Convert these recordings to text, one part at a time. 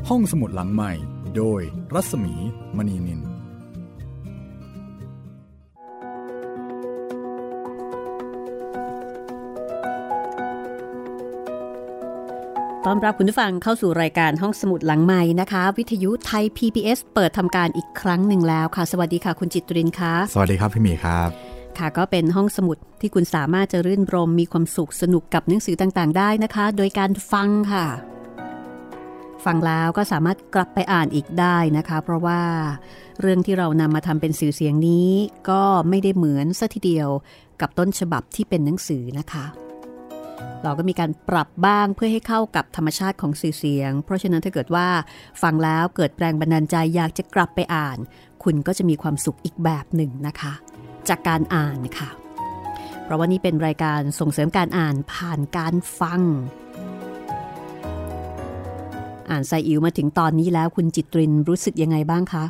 ห้องสมุดหลังใหม่โดยรัศมีมณีนินต้อนรับคุณผู้ฟังเข้าสู่รายการห้องสมุดหลังใหม่นะคะวิทยุไทย PBS เปิดทำการอีกครั้งหนึ่งแล้วค่ะสวัสดีค่ะคุณจิตรินค่ะสวัสดีครับพี่หมีครับค่ะก็เป็นห้องสมุดที่คุณสามารถจะรื่นรมมีความสุขสนุกกับหนังสือต่างๆได้นะคะโดยการฟังค่ะฟังแล้วก็สามารถกลับไปอ่านอีกได้นะคะเพราะว่าเรื่องที่เรานำมาทำเป็นสื่อเสียงนี้ก็ไม่ได้เหมือนซะทีเดียวกับต้นฉบับที่เป็นหนังสือนะคะเราก็มีการปรับบ้างเพื่อให้เข้ากับธรรมชาติของสื่อเสียงเพราะฉะนั้นถ้าเกิดว่าฟังแล้วเกิดแรงบันดาลใจอยากจะกลับไปอ่านคุณก็จะมีความสุขอีกแบบหนึ่งนะคะจากการอ่านค่ะเพราะว่านี่เป็นรายการส่งเสริมการอ่านผ่านการฟังอ่านไซอิ๋วมาถึงตอนนี้แล้วคุณจิตรินรู้สึกยังไงบ้างคะ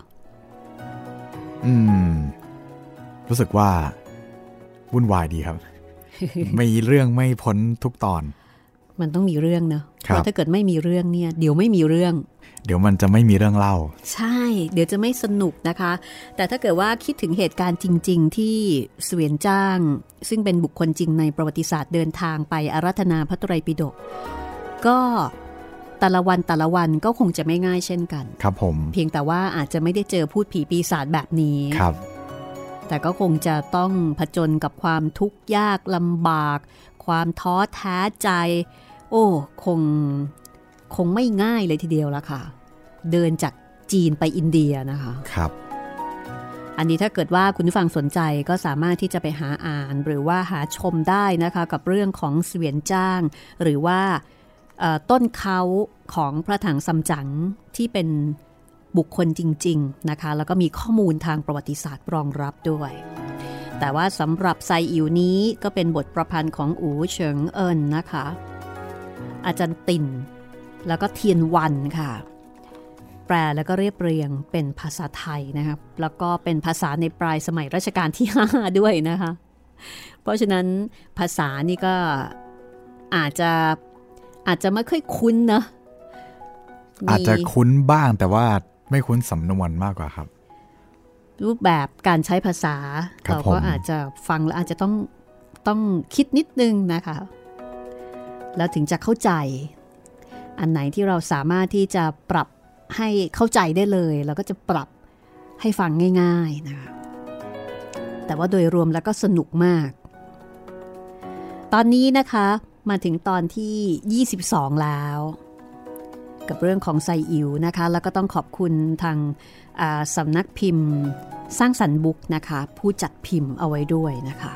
รู้สึกว่าวุ่นวายดีครับ มีเรื่องไม่พ้นทุกตอนมันต้องมีเรื่องเนอะเพราะถ้าเกิดไม่มีเรื่องเนี่ยเดี๋ยวไม่มีเรื่องเดี๋ยวมันจะไม่มีเรื่องเล่าใช่เดี๋ยวจะไม่สนุกนะคะแต่ถ้าเกิดว่าคิดถึงเหตุการณ์จริงๆที่เสวียนจ้างซึ่งเป็นบุคคลจริงในประวัติศาสตร์เดินทางไปอาราธนาพระไตรปิฎกก็แต่ละวันก็คงจะไม่ง่ายเช่นกันครับผมเพียงแต่ว่าอาจจะไม่ได้เจอพูดผีปีศาจแบบนี้ครับแต่ก็คงจะต้องผจญกับความทุกข์ยากลำบากความท้อแท้ใจโอ้คงไม่ง่ายเลยทีเดียวละค่ะเดินจากจีนไปอินเดียนะคะครับอันนี้ถ้าเกิดว่าคุณผู้ฟังสนใจก็สามารถที่จะไปหาอ่านหรือว่าหาชมได้นะคะกับเรื่องของเสวียนจ้างหรือว่าต้นเขาของพระถังซัมจั๋งที่เป็นบุคคลจริงๆนะคะแล้วก็มีข้อมูลทางประวัติศาสตร์รองรับด้วยแต่ว่าสำหรับไซอิ๋วนี้ก็เป็นบทประพันธ์ของอู๋เฉิงเอินนะคะอาจารย์ติ่นแล้วก็เทียนวันค่ะแปลแล้วก็เรียบเรียงเป็นภาษาไทยนะครับแล้วก็เป็นภาษาในปลายสมัยรัชกาลที่5ด้วยนะคะเพราะฉะนั้นภาษานี่ก็อาจจะไม่ค่อยคุ้นนะอาจจะคุ้นบ้างแต่ว่าไม่คุ้นสำนวนมากกว่าครับรูปแบบการใช้ภาษาเราก็อาจจะฟังแล้วอาจจะต้องคิดนิดนึงนะคะแล้วถึงจะเข้าใจอันไหนที่เราสามารถที่จะปรับให้เข้าใจได้เลยเราก็จะปรับให้ฟังง่ายๆนะคะแต่ว่าโดยรวมแล้วก็สนุกมากตอนนี้นะคะมาถึงตอนที่22แล้วกับเรื่องของไซอิ๋วนะคะแล้วก็ต้องขอบคุณทางสำนักพิมพ์สร้างสรรค์บุ๊กนะคะผู้จัดพิมพ์เอาไว้ด้วยนะคะ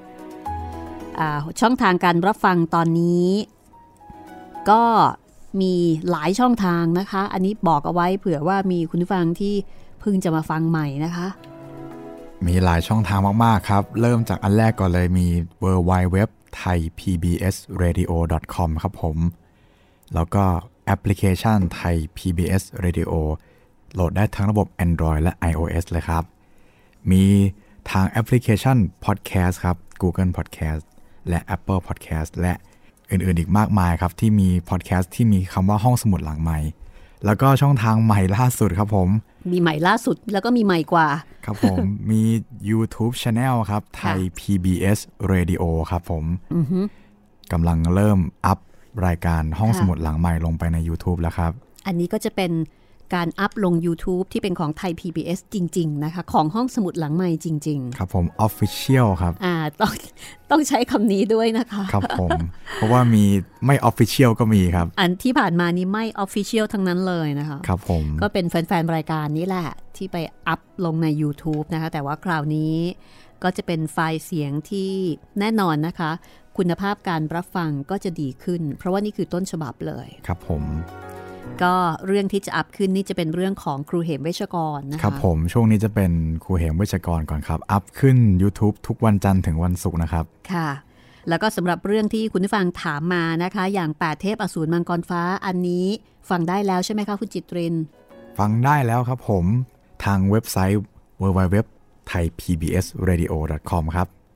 ช่องทางการรับฟังตอนนี้ก็มีหลายช่องทางนะคะอันนี้บอกเอาไว้เผื่อว่ามีคุณผู้ฟังที่เพิ่งจะมาฟังใหม่นะคะมีหลายช่องทางมากๆครับเริ่มจากอันแรกก่อนเลยมี www.thaipbsradio.com ครับผมแล้วก็แอปพลิเคชัน Thai PBS Radio โหลดได้ทั้งระบบ Android และ iOS เลยครับมีทางแอปพลิเคชัน Podcast ครับ Google Podcast และ Apple Podcast และอื่นๆอีกมากมายครับที่มี Podcast ที่มีคำว่าห้องสมุดหลังใหม่แล้วก็ช่องทางใหม่ล่าสุดครับผมมีใหม่ล่าสุดแล้วก็มีใหม่กว่าครับผมมี YouTube Channel ครับ Thai PBS Radio ครับผมกำลังเริ่มอัพรายการห้องสมุดหลังใหม่ลงไปใน YouTube แล้วครับอันนี้ก็จะเป็นการอัพลง YouTube ที่เป็นของไทย PBS จริงๆนะคะของห้องสมุดหลังใหม่จริงๆครับผม Official ครับต้องใช้คำนี้ด้วยนะคะครับผมเพราะว่ามีไม่ Official ก็มีครับอันที่ผ่านมานี้ไม่ Official ทั้งนั้นเลยนะคะครับผมก็เป็นแฟนๆรายการนี้แหละที่ไปอัพลงใน YouTube นะคะแต่ว่าคราวนี้ก็จะเป็นไฟล์เสียงที่แน่นอนนะคะคุณภาพการรับฟังก็จะดีขึ้นเพราะว่านี่คือต้นฉบับเลยครับผมก็เรื่องที่จะอัพขึ้นนี่จะเป็นเรื่องของครูเหมเวชกรนะคะครับผมช่วงนี้จะเป็นครูเหมเวชกรก่อนครับอัพขึ้น YouTube ทุกวันจันทร์ถึงวันศุกร์นะครับค่ะแล้วก็สำหรับเรื่องที่คุณผู้ฟังถามมานะคะอย่าง8เทพอสูรมังกรฟ้าอันนี้ฟังได้แล้วใช่ไหมคะคุณจิตรินฟังได้แล้วครับผมทางเว็บไซต์ www.thaipbsradio.com ครับ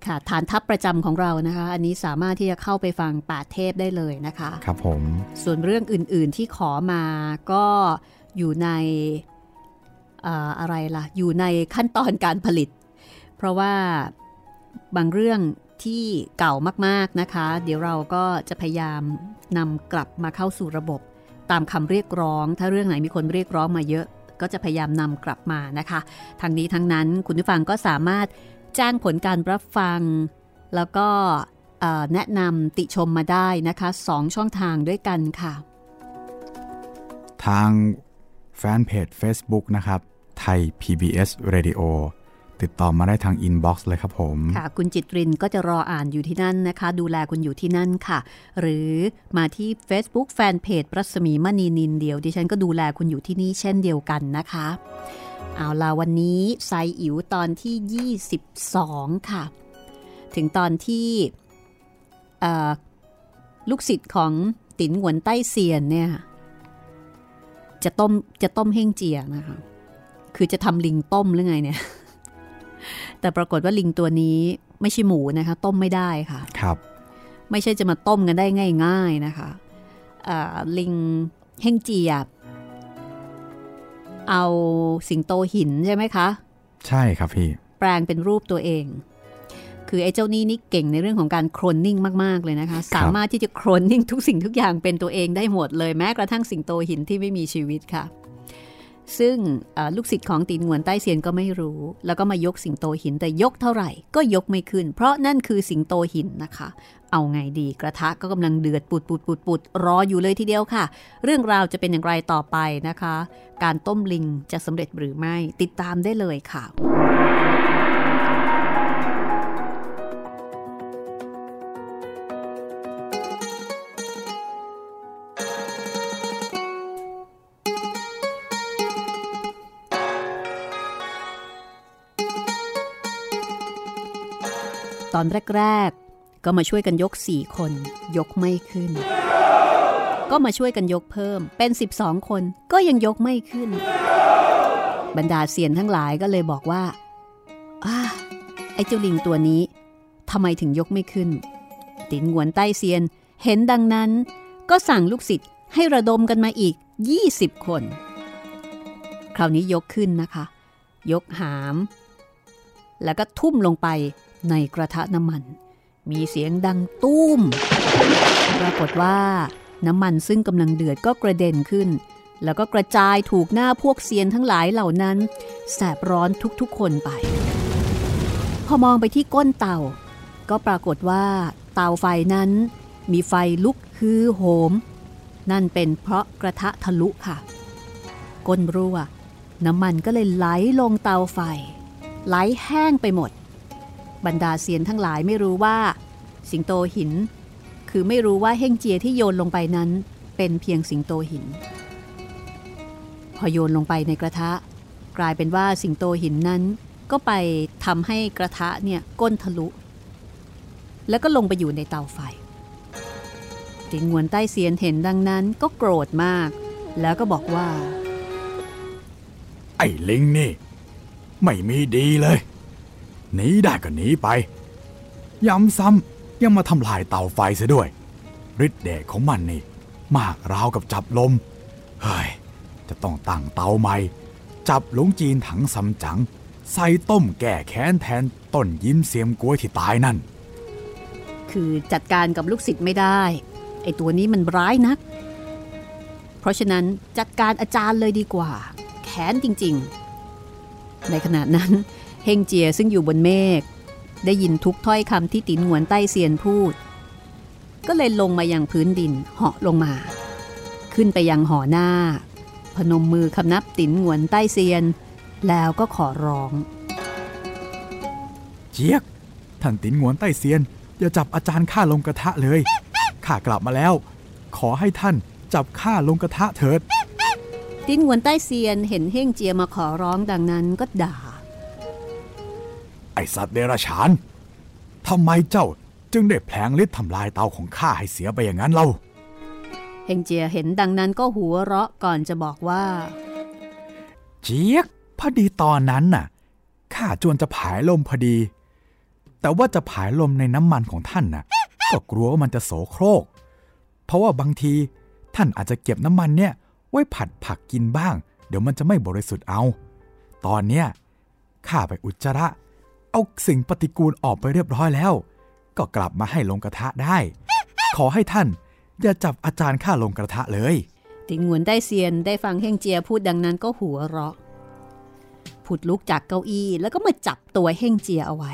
ค่ะฐานทัพประจำของเรานะคะอันนี้สามารถที่จะเข้าไปฟัง8เทปได้เลยนะคะครับผมส่วนเรื่องอื่นๆที่ขอมาก็อยู่ในอะไรล่ะอยู่ในขั้นตอนการผลิตเพราะว่าบางเรื่องที่เก่ามากๆนะคะเดี๋ยวเราก็จะพยายามนำกลับมาเข้าสู่ระบบตามคำเรียกร้องถ้าเรื่องไหนมีคนเรียกร้องมาเยอะก็จะพยายามนำกลับมานะคะทั้งนี้ทั้งนั้นคุณผู้ฟังก็สามารถแจ้งผลการรับฟังแล้วก็แนะนำติชมมาได้นะคะ2ช่องทางด้วยกันค่ะทางแฟนเพจ Facebook นะครับไทย PBS Radio ติดต่อมาได้ทางอินบ็อกซ์เลยครับผมค่ะคุณจิตรินก็จะรออ่านอยู่ที่นั่นนะคะดูแลคุณอยู่ที่นั่นค่ะหรือมาที่ Facebook แฟนเพจรัศมีมณีนินเดียวดิฉันก็ดูแลคุณอยู่ที่นี่เช่นเดียวกันนะคะเอาล่ะวันนี้ไซอิ๋วตอนที่22ค่ะถึงตอนที่ลูกศิษย์ของติ๋นหวนใต้เซียนเนี่ยจะต้มเฮ่งเจียนะคะคือจะทำลิงต้มหรือไงเนี่ยแต่ปรากฏว่าลิงตัวนี้ไม่ใช่หมูนะคะต้มไม่ได้ค่ะครับไม่ใช่จะมาต้มกันได้ง่ายๆนะคะลิงเฮ่งเจียเอาสิงโตหินใช่ไหมคะใช่ครับพี่แปลงเป็นรูปตัวเองคือไอ้เจ้านี่เก่งในเรื่องของการโคลนนิ่งมากๆเลยนะคะสามารถที่จะโคลนนิ่งทุกสิ่งทุกอย่างเป็นตัวเองได้หมดเลยแม้กระทั่งสิงโตหินที่ไม่มีชีวิตค่ะซึ่งลูกศิษย์ของติ๋นหวนใต้เซียนก็ไม่รู้แล้วก็มายกสิงโตหินแต่ยกเท่าไหร่ก็ยกไม่ขึ้นเพราะนั่นคือสิงโตหินนะคะเอาไงดีกระทะก็กำลังเดือดปุดรออยู่เลยทีเดียวค่ะเรื่องราวจะเป็นอย่างไรต่อไปนะคะการต้มลิงจะสำเร็จหรือไม่ติดตามได้เลยค่ะตอนแรกๆก็มาช่วยกันยก4คนยกไม่ขึ้นก็มาช่วยกันยกเพิ่มเป็น12คนก็ยังยกไม่ขึ้นบรรดาเซียนทั้งหลายก็เลยบอกว่าไอ้เจ้าลิงตัวนี้ทำไมถึงยกไม่ขึ้นติ๋นหวนใต้เซียนเห็นดังนั้นก็สั่งลูกศิษย์ให้ระดมกันมาอีก20คนคราวนี้ยกขึ้นนะคะยกหามแล้วก็ทุ่มลงไปในกระทะน้ำมันมีเสียงดังตุ้มปรากฏว่าน้ำมันซึ่งกำลังเดือดก็กระเด็นขึ้นแล้วก็กระจายถูกหน้าพวกเซียนทั้งหลายเหล่านั้นแสบร้อนทุกๆคนไปพอมองไปที่ก้นเตาก็ปรากฏว่าเตาไฟนั้นมีไฟลุกฮือโหมนั่นเป็นเพราะกระทะทะลุค่ะก้นรั่วน้ำมันก็เลยไหลลงเตาไฟไหลแห้งไปหมดบรรดาเซียนทั้งหลายไม่รู้ว่าสิงโตหินคือไม่รู้ว่าเฮ่งเจียที่โยนลงไปนั้นเป็นเพียงสิงโตหินพอโยนลงไปในกระทะกลายเป็นว่าสิงโตหินนั้นก็ไปทำให้กระทะเนี่ยก้นทะลุแล้วก็ลงไปอยู่ในเตาไฟติ๋นหวนใต้เซียนเห็นดังนั้นก็โกรธมากแล้วก็บอกว่าไอ้ลิงนี่ไม่มีดีเลยหนีได้ก็หนีไปย้ำซ้ำยังมาทำลายเตาไฟเสียด้วยฤทธิ์เดชของมันนี่มากราวกับจับลมเฮ้ยจะต้องตั้งเตาใหม่จับหลงจีนถังซัมจั๋งใส่ต้มแก้แค้นแทนต้นยิ้มเสียมก้วยที่ตายนั่นคือจัดการกับลูกศิษย์ไม่ได้ไอ้ตัวนี้มันร้ายนักเพราะฉะนั้นจัดการอาจารย์เลยดีกว่าแค้นจริงๆในขณะนั้นเฮงเจียซึ่งอยู่บนเมฆได้ยินทุกถ้อยคำที่ติ๋นหวนใต้เซียนพูดก็เลยลงมายังพื้นดินเหาะลงมาขึ้นไปยังหอหน้าพนมมือคำนับติ๋นหวนใต้เซียนแล้วก็ขอร้องเจี๊ยกท่านติ๋นหวนใต้เซียนอย่าจับอาจารย์ข้าลงกระทะเลยข้ากลับมาแล้วขอให้ท่านจับข้าลงกระทะเถิดติ๋นหวนใต้เซียนเห็นเฮงเจียมาขอร้องดังนั้นก็ด่าไอสัตว์เดรัจฉานทำไมเจ้าจึงได้แผลงฤทธิ์ทำลายเตาของข้าให้เสียไปอย่างนั้นเล่าเฮงเจียเห็นดังนั้นก็หัวเราะก่อนจะบอกว่าเจี๊ยกพอดีตอนนั้นน่ะข้าจวนจะผายลมพอดีแต่ว่าจะผายลมในน้ำมันของท่านน่ะก็กลัวว่ามันจะโสโครกเพราะว่าบางทีท่านอาจจะเก็บน้ำมันเนี่ยไว้ผัดผักกินบ้างเดี๋ยวมันจะไม่บริสุทธิ์เอาตอนเนี้ยข้าไปอุจจาระเอาสิ่งปฏิกูลออกไปเรียบร้อยแล้วก็กลับมาให้ลงกระทะได้ขอให้ท่านอย่าจับอาจารย์ข้าลงกระทะเลยติงหวนไต้เซียนได้ฟังเฮ่งเจียพูดดังนั้นก็หัวเราะผุดลุกจากเก้าอี้แล้วก็มาจับตัวเฮ่งเจียเอาไว้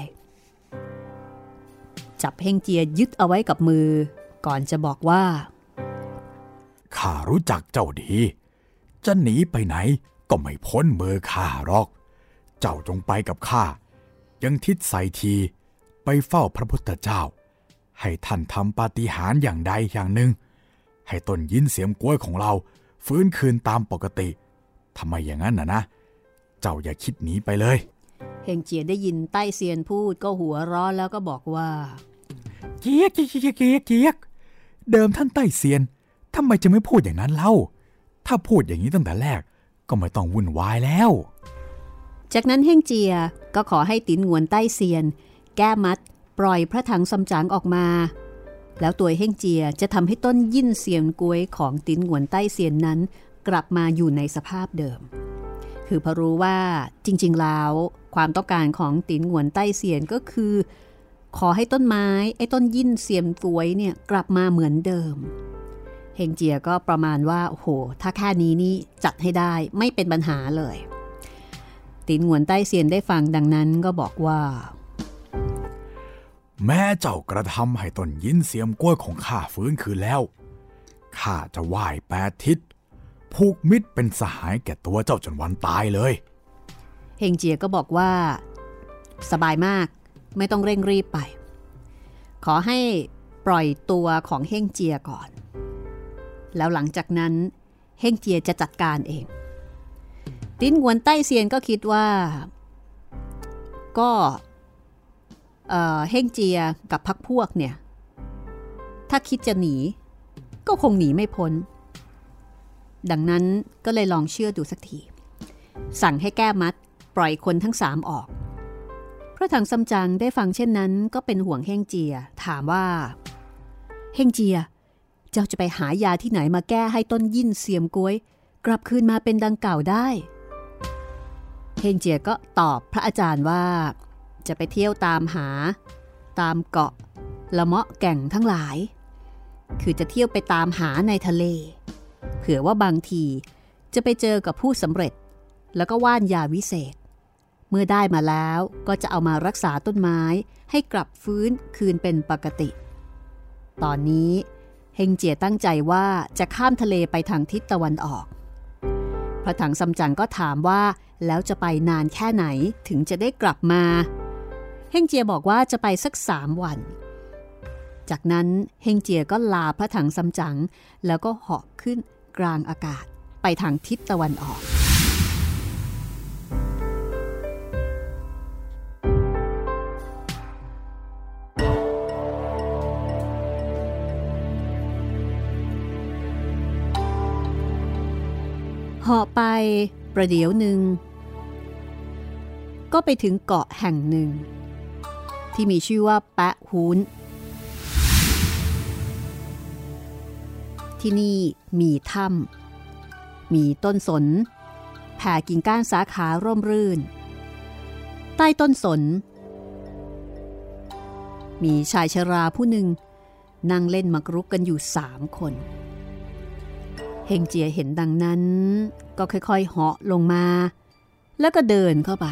จับเฮ่งเจียยึดเอาไว้กับมือก่อนจะบอกว่าข้ารู้จักเจ้าดีจะหนีไปไหนก็ไม่พ้นมือข้าหรอกเจ้าจงไปกับข้ายังทิศไซทีไปเฝ้าพระพุทธเจ้าให้ท่านทำปาฏิหาริย์อย่างใดอย่างหนึ่งให้ต้นยินเสียมกล้วยของเราฟื้นคืนตามปกติทำไมอย่างนั้นนะเจ้าอย่าคิดหนีไปเลยเฮงเจียได้ยินไต้เซียนพูดก็หัวร้อนแล้วก็บอกว่าเกียกเกียกเดิมท่านไต้เซียนทำไมจะไม่พูดอย่างนั้นเล่าถ้าพูดอย่างนี้ตั้งแต่แรกก็ไม่ต้องวุ่นวายแล้วจากนั้นเฮงเจียก็ขอให้ตินหงวนไต้เซียนแก้มัดปล่อยพระถังซัมจั๋งออกมาแล้วตัวเฮ่งเจียจะทำให้ต้นยิ่นเซียนกวยของตินหงวนไต้เซียนนั้นกลับมาอยู่ในสภาพเดิมคือพอรู้ว่าจริงๆแล้วความต้องการของตินหงวนไต้เซียนก็คือขอให้ต้นไม้ไอ้ต้นยิ่นเซียนกวยเนี่ยกลับมาเหมือนเดิมเฮ่งเจียก็ประมาณว่าโอ้โหถ้าแค่นี้นี่จัดให้ได้ไม่เป็นปัญหาเลยตินหงวนไต้เซียนได้ฟังดังนั้นก็บอกว่าแม้เจ้ากระทำให้ต้นยินเสียมกล้วยของข้าฟื้นคืนแล้วข้าจะไหว้8 ทิศผูกมิตรเป็นสหายแก่ตัวเจ้าจนวันตายเลยเฮงเจียก็บอกว่าสบายมากไม่ต้องเร่งรีบไปขอให้ปล่อยตัวของเฮงเจียก่อนแล้วหลังจากนั้นเฮงเจียจะจัดการเองตินหงวนไต้เซียนก็คิดว่าก็เฮ่งเจียกับพรรคพวกเนี่ยถ้าคิดจะหนีก็คงหนีไม่พ้นดังนั้นก็เลยลองเชื่อดูสักทีสั่งให้แก้มัดปล่อยคนทั้ง3ออกพระถังซัมจั๋งได้ฟังเช่นนั้นก็เป็นห่วงเฮ่งเจียถามว่าเฮ่งเจียเจ้าจะไปหายาที่ไหนมาแก้ให้ต้นยิ่นเสียมกล้วยกลับคืนมาเป็นดังเก่าได้เฮ่งเจียก็ตอบพระอาจารย์ว่าจะไปเที่ยวตามหาตามเกาะละเมาะแก่งทั้งหลายคือจะเที่ยวไปตามหาในทะเลเผื่อว่าบางทีจะไปเจอกับผู้สำเร็จแล้วก็ว่านยาวิเศษเมื่อได้มาแล้วก็จะเอามารักษาต้นไม้ให้กลับฟื้นคืนเป็นปกติตอนนี้เฮงเจียตั้งใจว่าจะข้ามทะเลไปทางทิศตะวันออกพระถังซัมจั๋งก็ถามว่าแล้วจะไปนานแค่ไหนถึงจะได้กลับมาเฮงเจียบอกว่าจะไปสัก3 วันจากนั้นเฮงเจียก็ลาพระถังซัมจั๋งแล้วก็เหาะขึ้นกลางอากาศไปทางทิศตะวันออกเหาะไปประเดี๋ยวหนึ่งก็ไปถึงเกาะแห่งหนึ่งที่มีชื่อว่าแปะฮูนที่นี่มีถ้ำมีต้นสนแผ่กิ่งก้านสาขาร่มรื่นใต้ต้นสนมีชายชราผู้หนึ่งนั่งเล่นหมากรุกกันอยู่3 คนเฮงเจียเห็นดังนั้นก็ค่อยๆเหาะลงมาแล้วก็เดินเข้าไป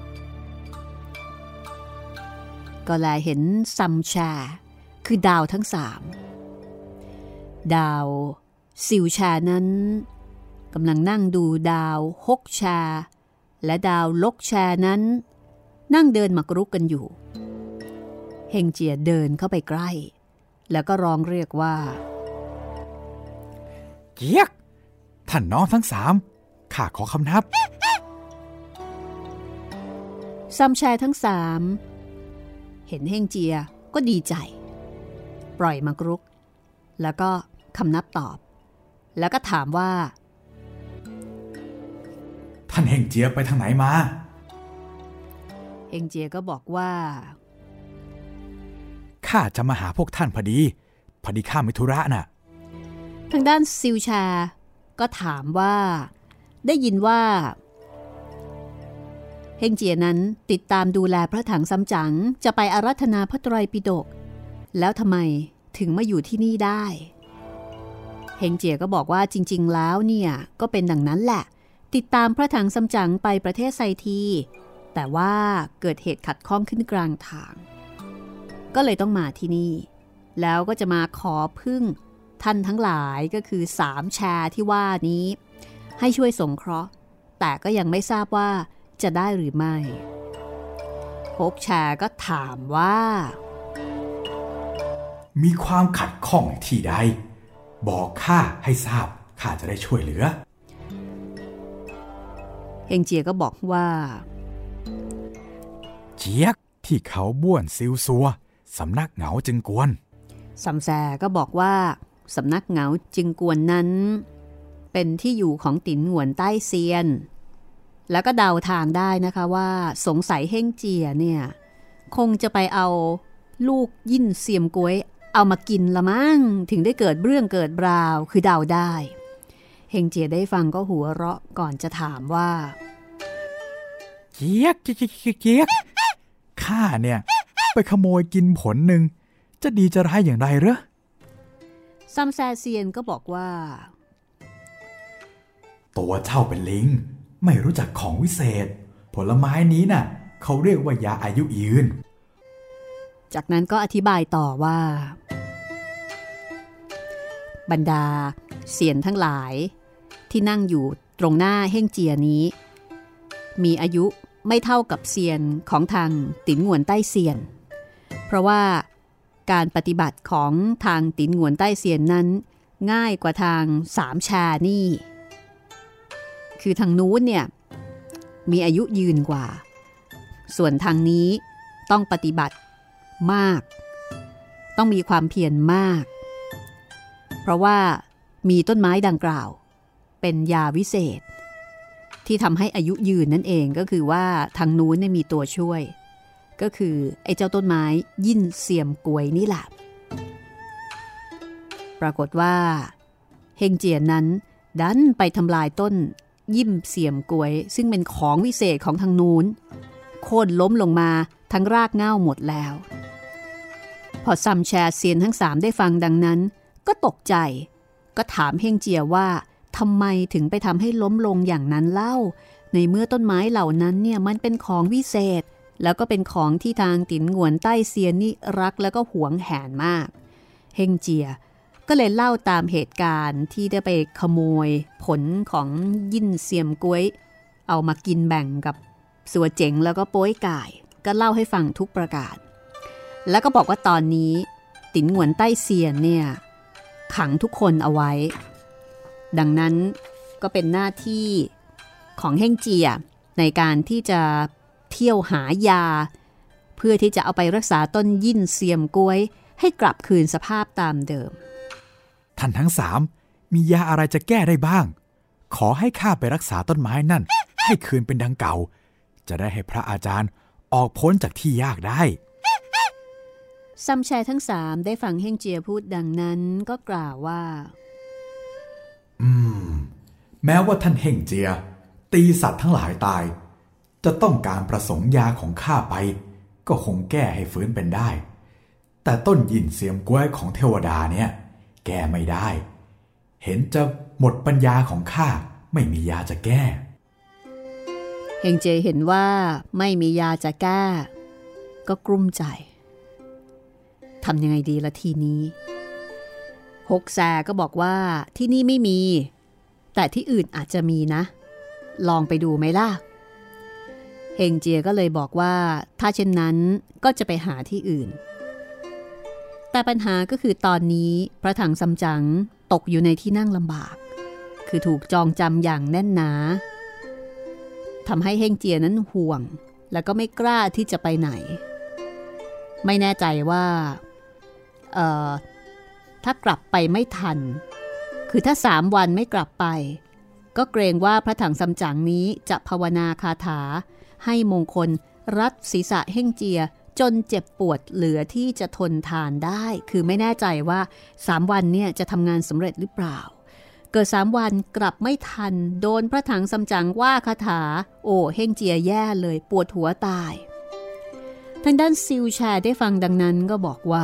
ก็แลเห็นซัมแชคือดาวทั้ง3ดาวซิวแชนั้นกำลังนั่งดูดาวฮกแชและดาวลกแชนั้นนั่งเดินหมากรุกกันอยู่เฮงเจียเดินเข้าไปใกล้แล้วก็ร้องเรียกว่าเกียกท่านน้องทั้ง3ข้าขอคำนับซัมแชทั้ง3เห็นเฮงเจียก็ดีใจปล่อยหมากรุกแล้วก็คำนับตอบแล้วก็ถามว่าท่านเฮงเจียไปทางไหนมาเฮงเจียก็บอกว่าข้าจะมาหาพวกท่านพอดีข้ามีธุระน่ะทางด้านซิวชาก็ถามว่าได้ยินว่าเฮงเจียนั้นติดตามดูแลพระถังซัมจั๋งจะไปอาราธนาพระไตรปิฎกแล้วทำไมถึงมาอยู่ที่นี่ได้เฮงเจียก็บอกว่าจริงๆแล้วเนี่ยก็เป็นดังนั้นแหละติดตามพระถังซัมจั๋งไปประเทศไซทีแต่ว่าเกิดเหตุขัดข้องขึ้นกลางทางก็เลยต้องมาที่นี่แล้วก็จะมาขอพึ่งท่านทั้งหลายก็คือ3แชร์ที่ว่านี้ให้ช่วยสงเคราะห์แต่ก็ยังไม่ทราบว่าจะได้หรือไม่6แชร์ก็ถามว่ามีความขัดข้องที่ใดบอกข้าให้ทราบข้าจะได้ช่วยเหลือเฮงเจียก็บอกว่าเจี๊ยกที่เขาบ้วนซิวซัวสำนักเหงาจึงกวนซัมแซก็บอกว่าสำนักเหงาจึงกวนนั้นเป็นที่อยู่ของติ๋นหงวนใต้เซียนแล้วก็เดาทางได้นะคะว่าสงสัยเฮ่งเจียเนี่ยคงจะไปเอาลูกยิ่นเซียมก๊วยเอามากินละมั้งถึงได้เกิดเรื่องเกิดราวคือเดาได้เฮ่งเจียได้ฟังก็หัวเราะก่อนจะถามว่าเจี๊ยกข้าเนี่ยไปขโมยกินผลหนึ่งจะดีจะร้ายอย่างไรเหรอซัมแซเซียนก็บอกว่าตัวเจ้าเป็นลิงไม่รู้จักของวิเศษผลไม้นี้น่ะเขาเรียกว่ายาอายุยืนจากนั้นก็อธิบายต่อว่าบรรดาเซียนทั้งหลายที่นั่งอยู่ตรงหน้าเฮ่งเจียนี้มีอายุไม่เท่ากับเซียนของทางติ๋นหงวนใต้เซียนเพราะว่าการปฏิบัติของทางติ๋นหงวนใต้เซียนนั้นง่ายกว่าทาง3ชานี่คือทางนู้นเนี่ยมีอายุยืนกว่าส่วนทางนี้ต้องปฏิบัติมากต้องมีความเพียรมากเพราะว่ามีต้นไม้ดังกล่าวเป็นยาวิเศษที่ทำให้อายุยืนนั่นเองก็คือว่าทางนู้นเนี่ยมีตัวช่วยก็คือไอ้เจ้าต้นไม้ยิ่นเซียมกวยนี่แหละปรากฏว่าเฮงเจียนนั้นดันไปทำลายต้นยิ่มเสียมกวยซึ่งเป็นของวิเศษของทางนู้นโค่นล้มลงมาทั้งรากเหง้าหมดแล้วพอซัมแชร์เซียนทั้ง3ได้ฟังดังนั้นก็ตกใจก็ถามเฮงเจียว่าทำไมถึงไปทำให้ล้มลงอย่างนั้นเล่าในเมื่อต้นไม้เหล่านั้นเนี่ยมันเป็นของวิเศษแล้วก็เป็นของที่ทางติ๋นหงวนใต้เซียนนี่รักแล้วก็หวงแหนมากเฮงเจียก็เลยเล่าตามเหตุการณ์ที่ได้ไปขโมยผลของยิ่นเซียมก๊วยเอามากินแบ่งกับสัวเจ๋งแล้วก็โป้ยก่ายก็เล่าให้ฟังทุกประการแล้วก็บอกว่าตอนนี้ติ๋นหงวนใต้เซียนเนี่ยขังทุกคนเอาไว้ดังนั้นก็เป็นหน้าที่ของเฮ่งเจียในการที่จะเที่ยวหายาเพื่อที่จะเอาไปรักษาต้นยิ่นเซียมก๊วยให้กลับคืนสภาพตามเดิมท่านทั้ง3มียาอะไรจะแก้ได้บ้างขอให้ข้าไปรักษาต้นไม้นั่นให้คืนเป็นดังเก่าจะได้ให้พระอาจารย์ออกพ้นจากที่ยากได้ซัมแชร์ทั้ง3ได้ฟังเฮ่งเจียพูดดังนั้นก็กล่าวว่าแม้ว่าท่านเฮ่งเจียตีสัตว์ทั้งหลายตายจะต้องการประสงค์ยาของข้าไปก็คงแก้ให้ฟื้นเป็นได้แต่ต้นยินเสียมกล้วยของเทวดาเนี่ยแก้ไม่ได้เห็นจะหมดปัญญาของข้าไม่มียาจะแก้เฮงเจียเห็นว่าไม่มียาจะแก้ก็กลุ้มใจทำยังไงดีละทีนี้ฮกแซก็บอกว่าที่นี่ไม่มีแต่ที่อื่นอาจจะมีนะลองไปดูไหมล่ะเฮงเจียก็เลยบอกว่าถ้าเช่นนั้นก็จะไปหาที่อื่นแต่ปัญหาก็คือตอนนี้พระถังซัมจั๋งตกอยู่ในที่นั่งลำบากคือถูกจองจำอย่างแน่นหนาทำให้เฮงเจียนั้นห่วงแล้วก็ไม่กล้าที่จะไปไหนไม่แน่ใจว่าถ้ากลับไปไม่ทันคือถ้า3 วันไม่กลับไปก็เกรงว่าพระถังซัมจั๋งนี้จะภาวนาคาถาให้มงคลรัดศีรษะเฮ่งเจียจนเจ็บปวดเหลือที่จะทนทานได้คือไม่แน่ใจว่า3วันเนี่ยจะทำงานสำเร็จหรือเปล่าเกิด3วันกลับไม่ทันโดนพระถังซัมจั๋งว่าคาถาโอ้เฮ่งเจียแย่เลยปวดหัวตายทางด้านซิวแชได้ฟังดังนั้นก็บอกว่า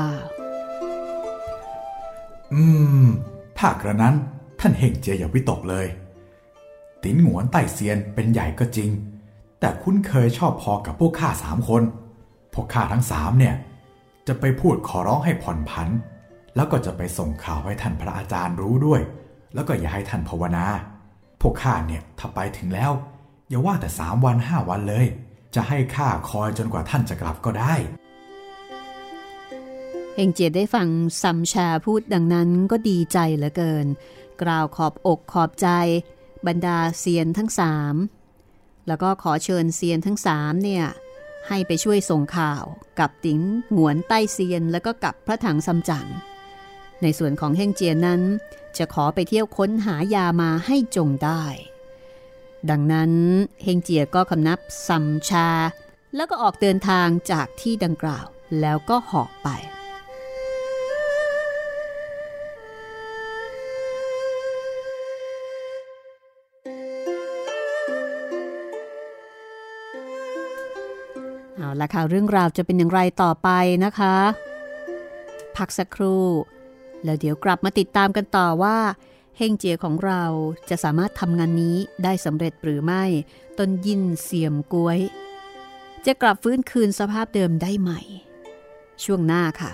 ถ้ากระนั้นท่านเฮ่งเจียอย่าวิตกเลยติ๋นหงวนไต้เซียนเป็นใหญ่ก็จริงแต่คุ้นเคยชอบพอกับพวกข้า3 คนพวกข้าทั้ง3เนี่ยจะไปพูดขอร้องให้ผ่อนผันแล้วก็จะไปส่งข่าวให้ท่านพระอาจารย์รู้ด้วยแล้วก็อย่าให้ท่านภาวนาพวกข้าเนี่ยถ้าไปถึงแล้วอย่าว่าแต่3 วัน 5 วันเลยจะให้ข้าคอยจนกว่าท่านจะกลับก็ได้เฮงเจียได้ฟังซัมชาพูดดังนั้นก็ดีใจเหลือเกินกล่าวขอบอกขอบใจบรรดาเซียนทั้ง3แล้วก็ขอเชิญเซียนทั้ง3เนี่ยให้ไปช่วยส่งข่าวกับติ๋งหงวนไต้เซียนแล้วก็กับพระถังซัมจั๋งในส่วนของเฮ่งเจียนั้นจะขอไปเที่ยวค้นหายามาให้จงได้ดังนั้นเฮ่งเจียก็คำนับซัมชาแล้วก็ออกเดินทางจากที่ดังกล่าวแล้วก็เหาะไปเอาละค่ะเรื่องราวจะเป็นอย่างไรต่อไปนะคะพักสักครู่แล้วเดี๋ยวกลับมาติดตามกันต่อว่าเฮงเจียของเราจะสามารถทำงานนี้ได้สำเร็จหรือไม่ต้นยินเสียมก้วยจะกลับฟื้นคืนสภาพเดิมได้ไหมช่วงหน้าค่ะ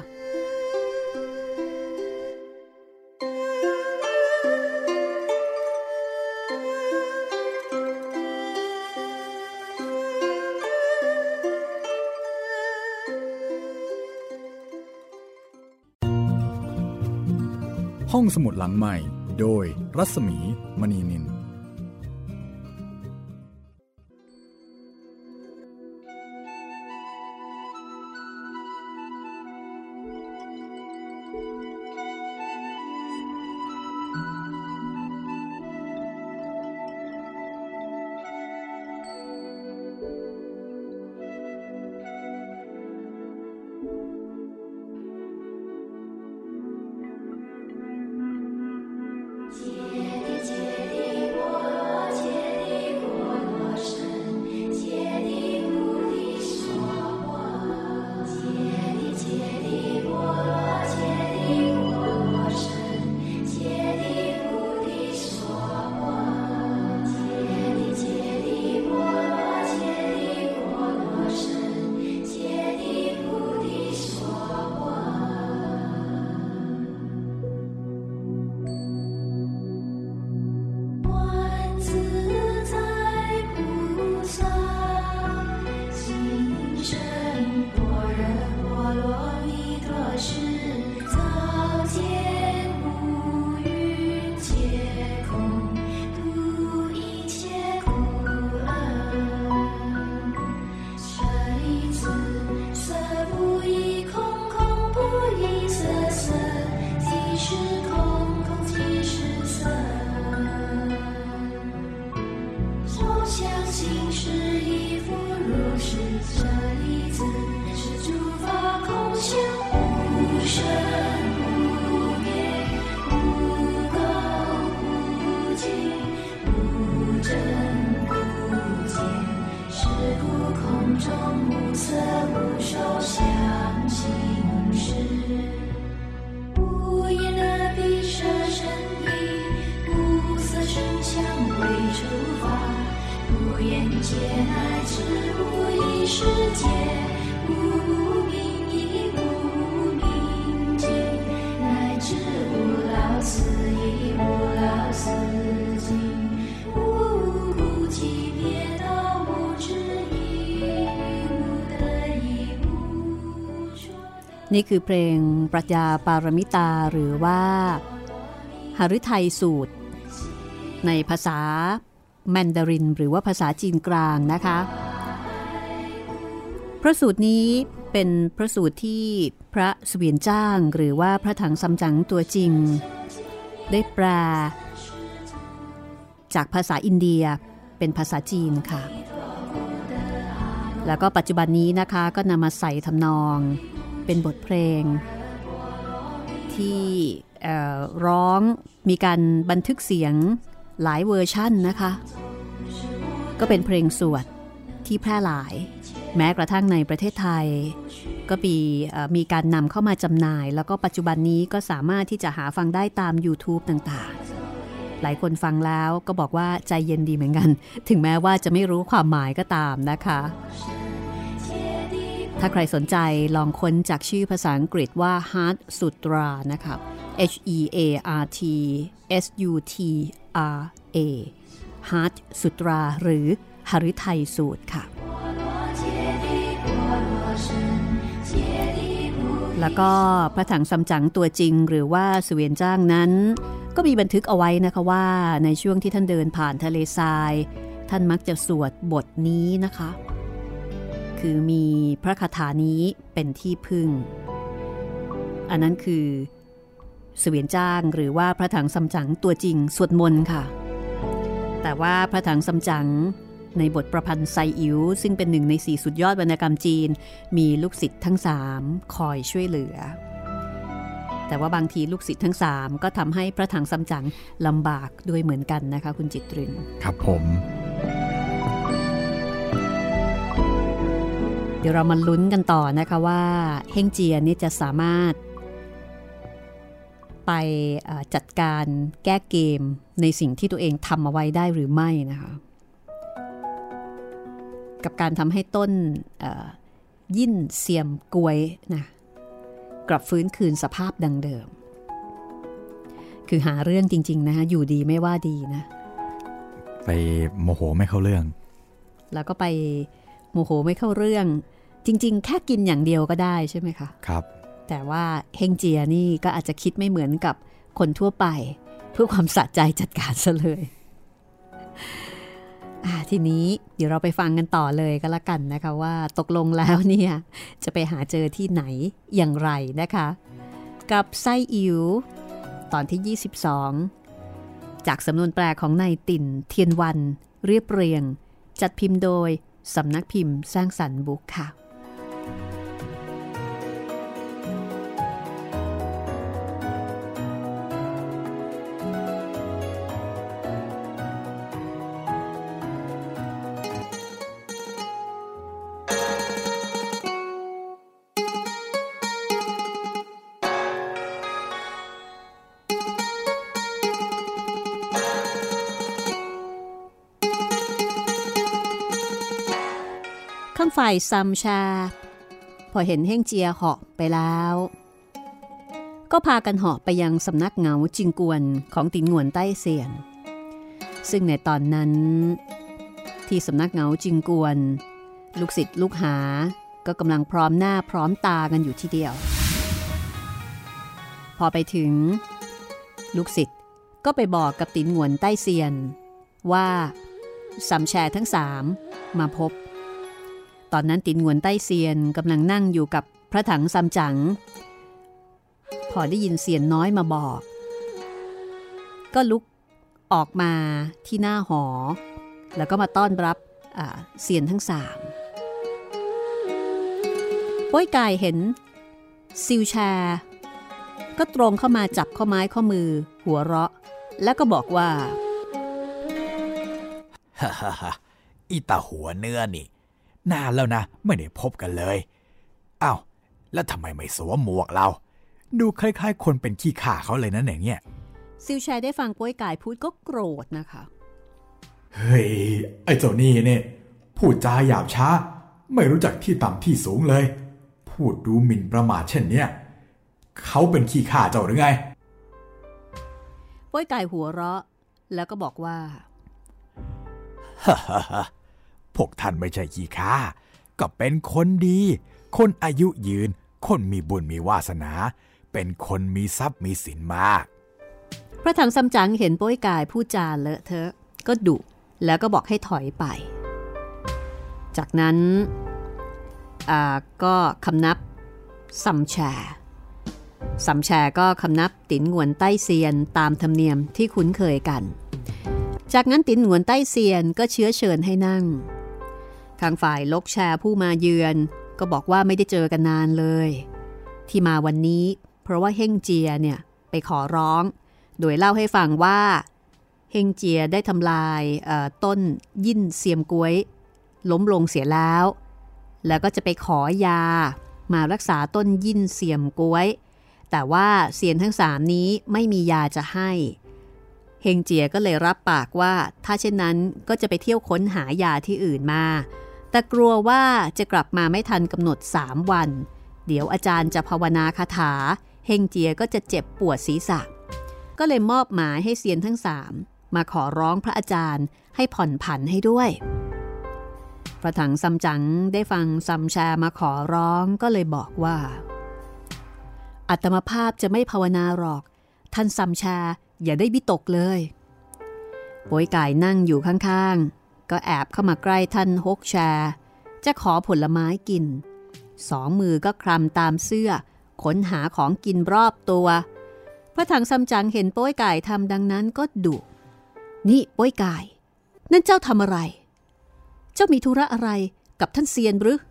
ห้องสมุดหลังใหม่โดยรัศมีมณีนินนี่คือเพลงปรัชญาปารมิตาหรือว่าหฤทัยสูตรในภาษาแมนดารินหรือว่าภาษาจีนกลางนะคะพระสูตรนี้เป็นพระสูตรที่พระเสวียนจ้างหรือว่าพระถังซัมจั๋งตัวจริงได้แปลจากภาษาอินเดียเป็นภาษาจีนค่ะแล้วก็ปัจจุบันนี้นะคะก็นำมาใส่ทำนองเป็นบทเพลงที่ร้องมีการบันทึกเสียงหลายเวอร์ชั่นนะคะก็เป็นเพลงสวดที่แพร่หลายแม้กระทั่งในประเทศไทยก็มีการนำเข้ามาจำหน่ายแล้วก็ปัจจุบันนี้ก็สามารถที่จะหาฟังได้ตาม YouTube ต่างๆหลายคนฟังแล้วก็บอกว่าใจเย็นดีเหมือนกันถึงแม้ว่าจะไม่รู้ความหมายก็ตามนะคะถ้าใครสนใจลองค้นจากชื่อภาษาอังกฤษว่า Heart Sutra นะคะ HEARTSUTRA Heart Sutra หรือหฤทัยสูตรค่ะแล้วก็พระถังซัมจั๋งตัวจริงหรือว่าเสวียนจ้างนั้นก็มีบันทึกเอาไว้นะคะว่าในช่วงที่ท่านเดินผ่านทะเลทรายท่านมักจะสวดบทนี้นะคะคือมีพระคาถานี้เป็นที่พึ่งอันนั้นคือเสวียนจ้างหรือว่าพระถังซัมจั๋งตัวจริงสวดมนต์ค่ะแต่ว่าพระถังซัมจั๋งในบทประพันธ์ไซอิ๋วซึ่งเป็นหนึ่งใน4สุดยอดวรรณกรรมจีนมีลูกศิษย์ทั้ง3คอยช่วยเหลือแต่ว่าบางทีลูกศิษย์ทั้ง3ก็ทำให้พระถังซัมจั๋งลำบากด้วยเหมือนกันนะคะคุณจิตรินครับผมเดี๋ยวเรามาลุ้นกันต่อนะคะว่าเฮ่งเจียนี่จะสามารถไปจัดการแก้เกมในสิ่งที่ตัวเองทำเอาไว้ได้หรือไม่นะคะกับการทำให้ต้นยิ่นเซียมกวยนะกลับฟื้นคืนสภาพดังเดิมคือหาเรื่องจริงๆนะคะอยู่ดีไม่ว่าดีนะไปโมโหไม่เข้าเรื่องแล้วก็ไปโมโหไม่เข้าเรื่องจริงๆแค่กินอย่างเดียวก็ได้ใช่ไหมคะครับแต่ว่าเฮงเจียนี่ก็อาจจะคิดไม่เหมือนกับคนทั่วไปเพื่อความสะใจจัดการซะเลยทีนี้เดี๋ยวเราไปฟังกันต่อเลยก็แล้วกันนะคะว่าตกลงแล้วเนี่ยจะไปหาเจอที่ไหนอย่างไรนะคะกับไส้อิ๋วตอนที่22จากสำนวนแปลของนายติ่นเทียนวันเรียบเรียงจัดพิมพ์โดยสำนักพิมพ์สร้างสรรค์บุ๊กค่ะฝ่ายซัมชาพอเห็นเฮ่งเจียเหาะไปแล้วก็พากันเหาะไปยังสำนักเหงาจิงกวนของตินหงวนใต้เซียนซึ่งในตอนนั้นที่สำนักเหงาจิงกวนลูกศิษย์ลูกหาก็กำลังพร้อมหน้าพร้อมตากันอยู่ทีเดียวพอไปถึงลูกศิษย์ก็ไปบอกกับตินหงวนใต้เซียนว่าซัมแชทั้ง3มาพบตอนนั้นตินหงวนใต้เซียนกำลังนั่งอยู่กับพระถังซัมจั๋งพอได้ยินเสียงน้อยมาบอกก็ลุกออกมาที่หน้าหอแล้วก็มาต้อนรับเซียนทั้ง3ป้อยกายเห็นซิวแชก็ตรงเข้ามาจับข้อไม้ข้อมือหัวเราะแล้วก็บอกว่าฮ่าอีตาหัวเนื้อนี่นานแล้วนะไม่ได้พบกันเลยอ้าวแล้วทำไมไม่สวมหมวกเราดูคล้ายๆคนเป็นขี้ข่าเขาเลยนะเนี่ยซิวแชได้ฟังป้วยกายพูดก็โกรธนะคะเฮ้ยไอ้เจ้านี่เนี่ยพูดจาหยาบช้าไม่รู้จักที่ต่ำที่สูงเลยพูดดูหมิ่นประมาทเช่นเนี้ยเขาเป็นขี้ข่าเจ้าหรือไงป้วยกายหัวเราะแล้วก็บอกว่าฮ่าพวกท่านไม่ใช่ขี้ข้าก็เป็นคนดีคนอายุยืนคนมีบุญมีวาสนาเป็นคนมีทรัพย์มีสินมากพระถังซัมจั๋งเห็นป้วยกายพูดจาเลอะเทอะก็ดุแล้วก็บอกให้ถอยไปจากนั้นก็คำนับซัมแชก็คำนับตินหงวนใต้เซียนตามธรรมเนียมที่คุ้นเคยกันจากนั้นตินหงวนใต้เซียนก็เชื้อเชิญให้นั่งทางฝ่ายลกแชร์ผู้มาเยือนก็บอกว่าไม่ได้เจอกันนานเลยที่มาวันนี้เพราะว่าเฮ่งเจียเนี่ยไปขอร้องโดยเล่าให้ฟังว่าเฮ่งเจียได้ทำลายต้นยิ่นเซียมก๊วยล้มลงเสียแล้วก็จะไปขอยามารักษาต้นยิ่นเซียมก๊วยแต่ว่าเซียนทั้ง3นี้ไม่มียาจะให้เฮงเจียก็เลยรับปากว่าถ้าเช่นนั้นก็จะไปเที่ยวค้นหายาที่อื่นมาแต่กลัวว่าจะกลับมาไม่ทันกำหนด3 วันเดี๋ยวอาจารย์จะภาวนาคาถาเฮงเจียก็จะเจ็บปวดศีรษะก็เลยมอบหมายให้เซียนทั้ง3มาขอร้องพระอาจารย์ให้ผ่อนผันให้ด้วยพระถังซัมจั๋งได้ฟังซัมแชมาขอร้องก็เลยบอกว่าอาตมาภาพจะไม่ภาวนาหรอกท่านซัมแชอย่าได้วิตกเลยโป๋ยก่ายนั่งอยู่ข้างๆก็แอบเข้ามาใกล้ท่านฮกแชจะขอผลไม้กิน2 มือก็คลำตามเสื้อค้นหาของกินรอบตัวพระถังซัมจั๋งเห็นโป๋ยก่ายทำดังนั้นก็ดุนี่โป๋ยก่ายนั่นเจ้าทำอะไรเจ้ามีธุระอะไรกับท่านเซียนหรือ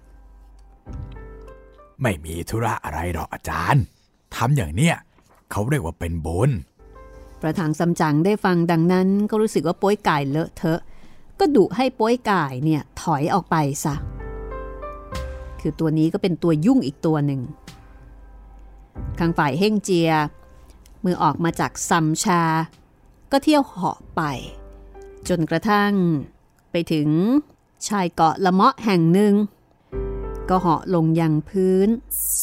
ไม่มีธุระอะไรหรอกอาจารย์ทำอย่างเนี้ยเขาเรียกว่าเป็นบุญพระถังซัมจั๋งได้ฟังดังนั้นก็รู้สึกว่าโป๊ยก่ายเลอะเทอะก็ดุให้โป๊ยก่ายเนี่ยถอยออกไปซะคือตัวนี้ก็เป็นตัวยุ่งอีกตัวหนึ่งข้างฝ่ายเฮ่งเจียเมื่อออกมาจากซัมชาก็เที่ยวเหาะไปจนกระทั่งไปถึงชายเกาะละเมาะแห่งหนึ่งก็เหาะลงยังพื้น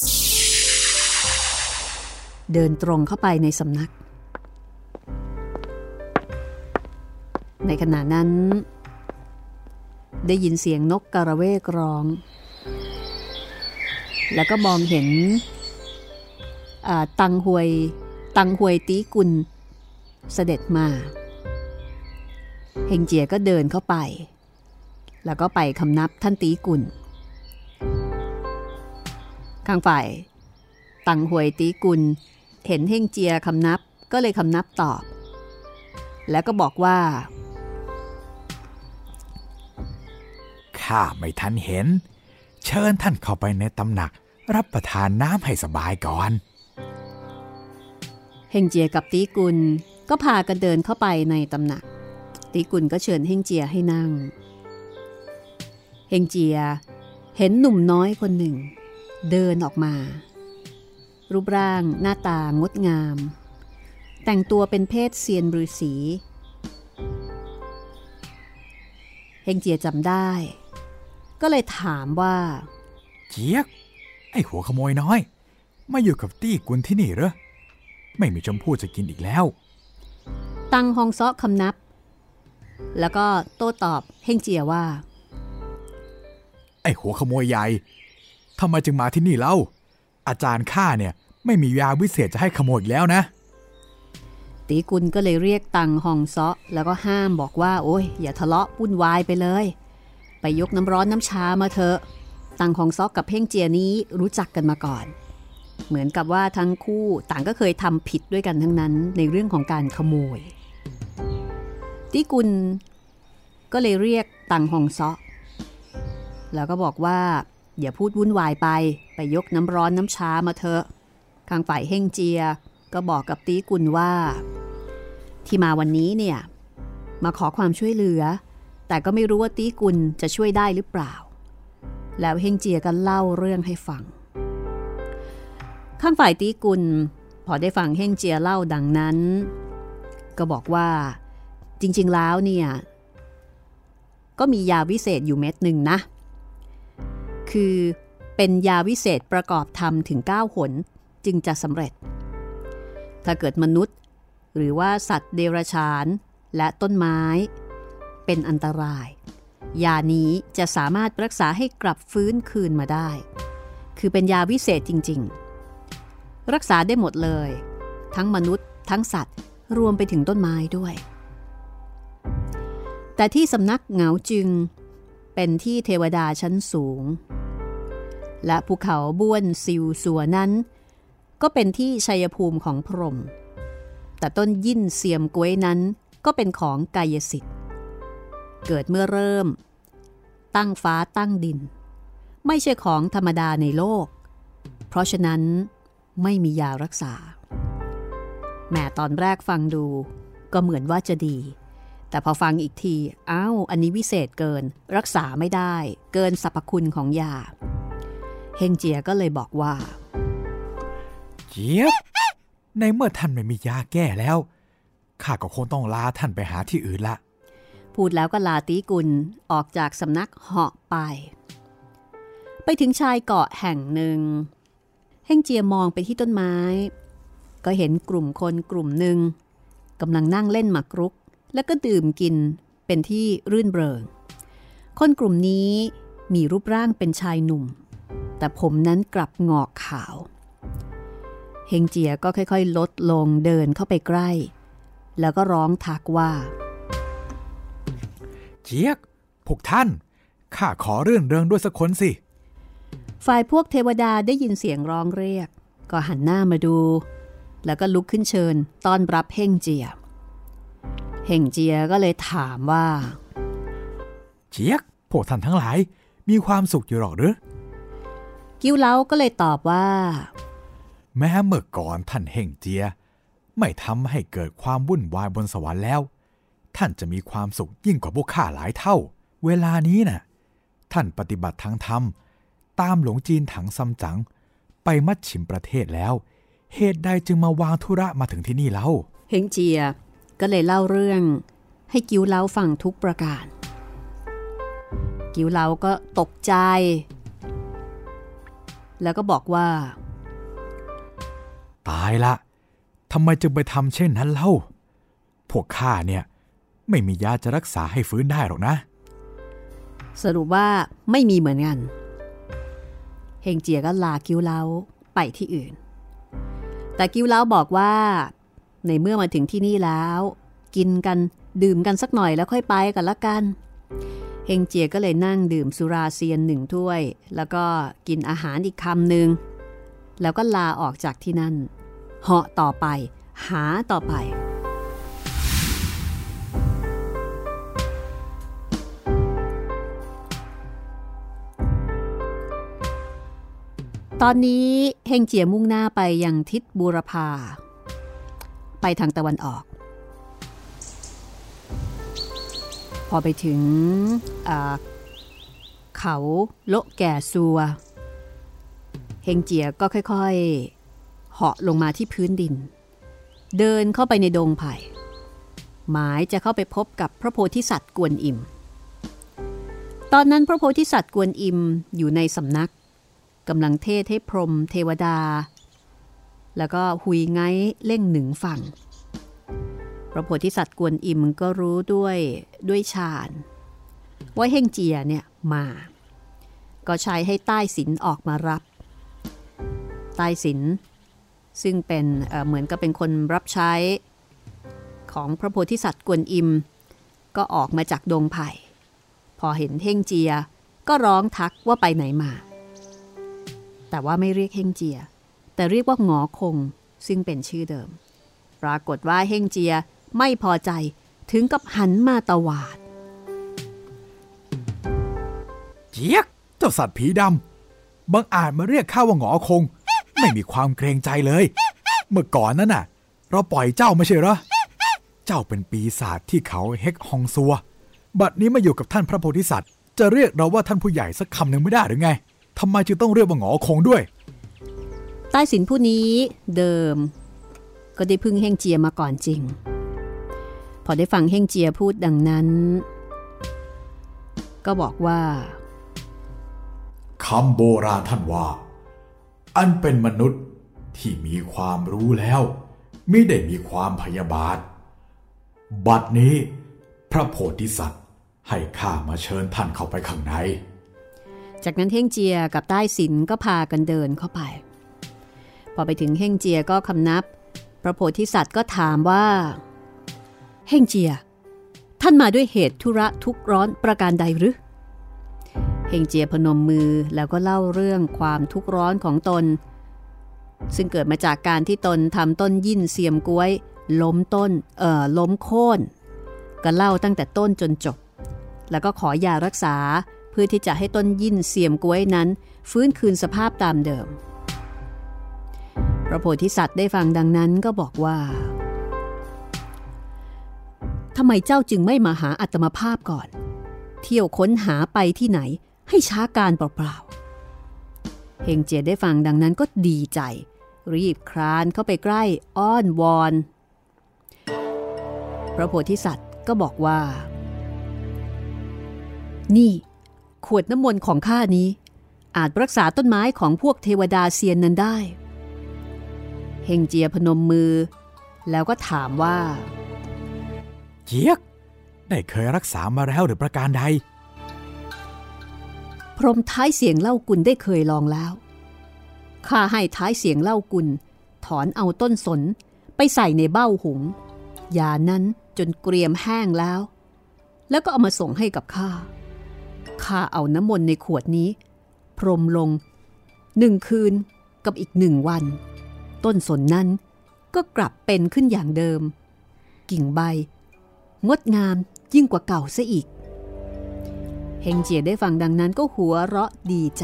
เดินตรงเข้าไปในสำนักในขณะนั้นได้ยินเสียงนกกระเวกร้องแล้วก็มองเห็นตังหวยตีกุลเสด็จมาเฮงเจียก็เดินเข้าไปแล้วก็ไปคำนับท่านตีกุลข้างฝ่ายตังหวยตีกุลเห็นเฮงเจียคำนับก็เลยคำนับตอบแล้วก็บอกว่าข้าไม่ทันเห็นเชิญท่านเข้าไปในตำหนักรับประทานน้ำให้สบายก่อนเฮงเจียกับตีกุลก็พากันเดินเข้าไปในตำหนักตีกุลก็เชิญเฮงเจียให้นั่งเฮงเจียเห็นหนุ่มน้อยคนหนึ่งเดินออกมารูปร่างหน้าตางดงามแต่งตัวเป็นเพศเซียนฤาษีเฮงเจียจำได้ก็เลยถามว่าเจี๊ยกไอ้หัวขโมยน้อยมาอยู่กับตี้กุลที่นี่เหรอไม่มีชมพู่จะกินอีกแล้วตังฮองซ้อคำนับแล้วก็โต้ตอบเฮงเจียว่าไอ้หัวขโมยใหญ่ทำไมจึงมาที่นี่เล่าอาจารย์ข้าเนี่ยไม่มียาวิเศษจะให้ขโมยอีกแล้วนะตีกุลก็เลยเรียกตังฮองซ้อแล้วก็ห้ามบอกว่าโอ้ยอย่าทะเลาะวุ่นวายไปเลยไปยกน้ำร้อนน้ำชามาเถอะตังฮองซ้อกับเพ่งเจียนี้รู้จักกันมาก่อนเหมือนกับว่าทั้งคู่ต่างก็เคยทำผิดด้วยกันทั้งนั้นในเรื่องของการขโมยตีกุลก็เลยเรียกตังฮองซ้อแล้วก็บอกว่าอย่าพูดวุ่นวายไปยกน้ำร้อนน้ำชามาเถอะข้างฝ่ายเฮ่งเจียก็บอกกับตีกุลว่าที่มาวันนี้เนี่ยมาขอความช่วยเหลือแต่ก็ไม่รู้ว่าตีกุลจะช่วยได้หรือเปล่าแล้วเฮ่งเจียก็เล่าเรื่องให้ฟังข้างฝ่ายตีกุลพอได้ฟังเฮ่งเจียเล่าดังนั้นก็บอกว่าจริงๆแล้วเนี่ยก็มียาวิเศษอยู่เม็ดหนึ่งนะคือเป็นยาวิเศษประกอบธรรมถึง9 หนจึงจะสำเร็จถ้าเกิดมนุษย์หรือว่าสัตว์เดรัจฉานและต้นไม้เป็นอันตรายยานี้จะสามารถรักษาให้กลับฟื้นคืนมาได้คือเป็นยาวิเศษจริงๆรักษาได้หมดเลยทั้งมนุษย์ทั้งสัตว์รวมไปถึงต้นไม้ด้วยแต่ที่สำนักเหงาจึงเป็นที่เทวดาชั้นสูงและภูเขาบ้วนซิวสัวนั้นก็เป็นที่ชัยภูมิของพรหมแต่ต้นยิ่นเซียมก๊วยนั้นก็เป็นของกายสิทธิ์เกิดเมื่อเริ่มตั้งฟ้าตั้งดินไม่ใช่ของธรรมดาในโลกเพราะฉะนั้นไม่มียารักษาแม่ตอนแรกฟังดูก็เหมือนว่าจะดีแต่พอฟังอีกทีอ้าวอันนี้วิเศษเกินรักษาไม่ได้เกินสรรพคุณของยาเฮงเจียก็เลยบอกว่าเจี๊ยบในเมื่อท่านไม่มียาแก้แล้วข้าก็คงต้องลาท่านไปหาที่อื่นละพูดแล้วก็ลาตีกุลออกจากสำนักเหาะไปถึงชายเกาะแห่งหนึ่งเฮงเจียมองไปที่ต้นไม้ก็เห็นกลุ่มคนกลุ่มหนึ่งกำลังนั่งเล่นหมากรุกแล้วก็ดื่มกินเป็นที่รื่นเริงคนกลุ่มนี้มีรูปร่างเป็นชายหนุ่มแต่ผมนั้นกลับงอกขาวเฮงเจียก็ค่อยๆลดลงเดินเข้าไปใกล้แล้วก็ร้องทักว่าเจี๊ยกพวกท่านข้าขอเรื่องด้วยสักคนสิฝ่ายพวกเทวดาได้ยินเสียงร้องเรียกก็หันหน้ามาดูแล้วก็ลุกขึ้นเชิญต้อนรับเฮงเจียก็เลยถามว่าเจี๊ยกพวกท่านทั้งหลายมีความสุขอยู่หรอหรือกิ้วเล้าก็เลยตอบว่าแม้เมื่อก่อนท่านเฮงเจียไม่ทำให้เกิดความวุ่นวายบนสวรรค์แล้วท่านจะมีความสุขยิ่งกว่าพวกข้าหลายเท่าเวลานี้น่ะท่านปฏิบัติทางธรรมตามหลวงจีนถังซัมจั๋งไปมัชชิมประเทศแล้วเหตุใดจึงมาวางธุระมาถึงที่นี่เล่าเฮงเจียก็เลยเล่าเรื่องให้กิ้วเล้าฟังทุกประการกิ้วเล้าก็ตกใจแล้วก็บอกว่าตายละทำไมจึงไปทำเช่นนั้นเล่าพวกข้าเนี่ยไม่มียาจะรักษาให้ฟื้นได้หรอกนะสรุปว่าไม่มีเหมือนกันเฮงเจียก็ลากิ้วเล้าไปที่อื่นแต่กิ้วเล้าบอกว่าในเมื่อมาถึงที่นี่แล้วกินกันดื่มกันสักหน่อยแล้วค่อยไปกันละกันเฮงเจียก็เลยนั่งดื่มสุราเซียน1 ถ้วยแล้วก็กินอาหารอีกคำหนึ่งแล้วก็ลาออกจากที่นั่นเหาะต่อไปหาต่อไปตอนนี้เฮงเจียมุ่งหน้าไปยังทิศบูรพาไปทางตะวันออกพอไปถึงเขาโละแก่ซัวเฮงเจียก็ค่อยๆเหาะลงมาที่พื้นดินเดินเข้าไปในดงไผ่หมายจะเข้าไปพบกับพระโพธิสัตว์กวนอิมตอนนั้นพระโพธิสัตว์กวนอิมอยู่ในสำนักกำลังเทศให้พรหมเทวดาแล้วก็หุยไงเล่งหนึ่งฝั่งพระโพธิสัตว์กวนอิมก็รู้ด้วยฌานว่าเฮงเจียเนี่ยมาก็ใช้ให้ใต้สินออกมารับใต้สินซึ่งเป็นเหมือนกับเป็นคนรับใช้ของพระโพธิสัตว์กวนอิมก็ออกมาจากดงไผ่พอเห็นเฮงเจียก็ร้องทักว่าไปไหนมาแต่ว่าไม่เรียกเฮงเจียแต่เรียกว่าหงอคงซึ่งเป็นชื่อเดิมปรากฏว่าเฮงเจียไม่พอใจถึงกับหันมาตวาดเจี๊ยกเจ้าสัตว์ผีดำบังอาจมาเรียกข้าว่าหงอคงไม่มีความเกรงใจเลยเมื่อก่อนนั้นน่ะเราปล่อยเจ้าไม่ใช่เหรอเจ้าเป็นปีศาจที่เขาเฮกฮองซัวบัดนี้มาอยู่กับท่านพระโพธิสัตว์จะเรียกเราว่าท่านผู้ใหญ่สักคำหนึ่งไม่ได้หรือไงทำไมจึงต้องเรียกว่าหงอคงด้วยใต้สินผู้นี้เดิมก็ได้พึ่งเฮงเจียมาก่อนจริงพอได้ฟังเฮงเจียพูดดังนั้นก็บอกว่าคำโบราณท่านว่าอันเป็นมนุษย์ที่มีความรู้แล้วมิได้มีความพยาบาทบัดนี้พระโพธิสัตว์ให้ข้ามาเชิญท่านเข้าไปข้างในจากนั้นเฮงเจียกับใต้สินก็พากันเดินเข้าไปพอไปถึงเฮงเจียก็คำนับพระโพธิสัตว์ก็ถามว่าเฮงเจียท่านมาด้วยเหตุธุระทุกข์ร้อนประการใดหรือเฮงเจียพนมมือแล้วก็เล่าเรื่องความทุกข์ร้อนของตนซึ่งเกิดมาจากการที่ตนทำต้นยิ่นเสียมก๊วยล้มโค่นก็เล่าตั้งแต่ต้นจนจบแล้วก็ขอยารักษาเพื่อที่จะให้ต้นยินเสียมก๊วยนั้นฟื้นคืนสภาพตามเดิมพระโพธิสัตว์ได้ฟังดังนั้นก็บอกว่าทำไมเจ้าจึงไม่มาหาอัตมภาพก่อนเที่ยวค้นหาไปที่ไหนให้ช้าการเปล่าๆเฮงเจียได้ฟังดังนั้นก็ดีใจรีบคลานเข้าไปใกล้อ้อนวอนพระโพธิสัตว์ก็บอกว่านี่ขวดน้ำมนต์ของข้านี้อาจรักษาต้นไม้ของพวกเทวดาเซียนนั้นได้เฮงเจียพนมมือแล้วก็ถามว่าเจี๊ยกได้เคยรักษามาแล้วหรือประการใดพรหมท้ายเสียงเล่ากุลได้เคยลองแล้วข้าให้ท้ายเสียงเล่ากุลถอนเอาต้นสนไปใส่ในเบ้าหุงยานั้นจนเกรียมแห้งแล้วก็เอามาส่งให้กับข้าเอาน้ำมนต์ในขวดนี้พรมลง1 คืนกับอีก1 วันต้นสนนั้นก็กลับเป็นขึ้นอย่างเดิมกิ่งใบงดงามยิ่งกว่าเก่าซะอีกเฮงเจียได้ฟังดังนั้นก็หัวเราะดีใจ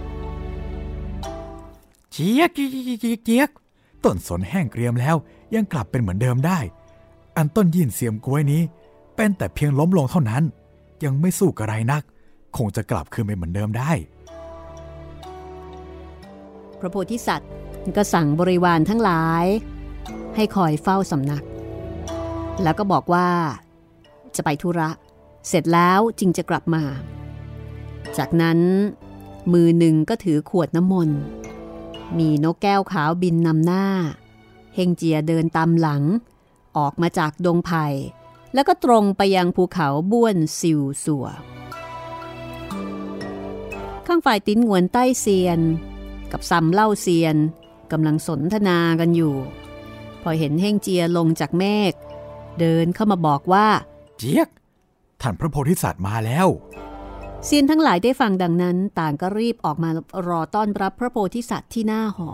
เจี๊ยกต้นสนแห้งเกรียมแล้วยังกลับเป็นเหมือนเดิมได้อันต้นยินเสียมก๊วยนี้เป็นแต่เพียงล้มลงเท่านั้นยังไม่สู้กระไรนักคงจะกลับคืนเป็นเหมือนเดิมได้พระโพธิสัตว์ก็สั่งบริวารทั้งหลายให้คอยเฝ้าสำนักแล้วก็บอกว่าจะไปธุระเสร็จแล้วจึงจะกลับมาจากนั้นมือหนึ่งก็ถือขวดน้ำมนต์มีนกแก้วขาวบินนำหน้าเฮงเจียเดินตามหลังออกมาจากดงไผ่แล้วก็ตรงไปยังภูเขาบ้วนซิวสัวข้างฝ่ายติ้นหงวนใต้เซียนกับซำเล่าเซียนกำลังสนทนากันอยู่พอเห็นเฮงเจียลงจากเมฆเดินเข้ามาบอกว่าเจี๊ยกท่านพระโพธิสัตว์มาแล้วเซียนทั้งหลายได้ฟังดังนั้นต่างก็รีบออกมารอต้อนรับพระโพธิสัตว์ที่หน้าหอ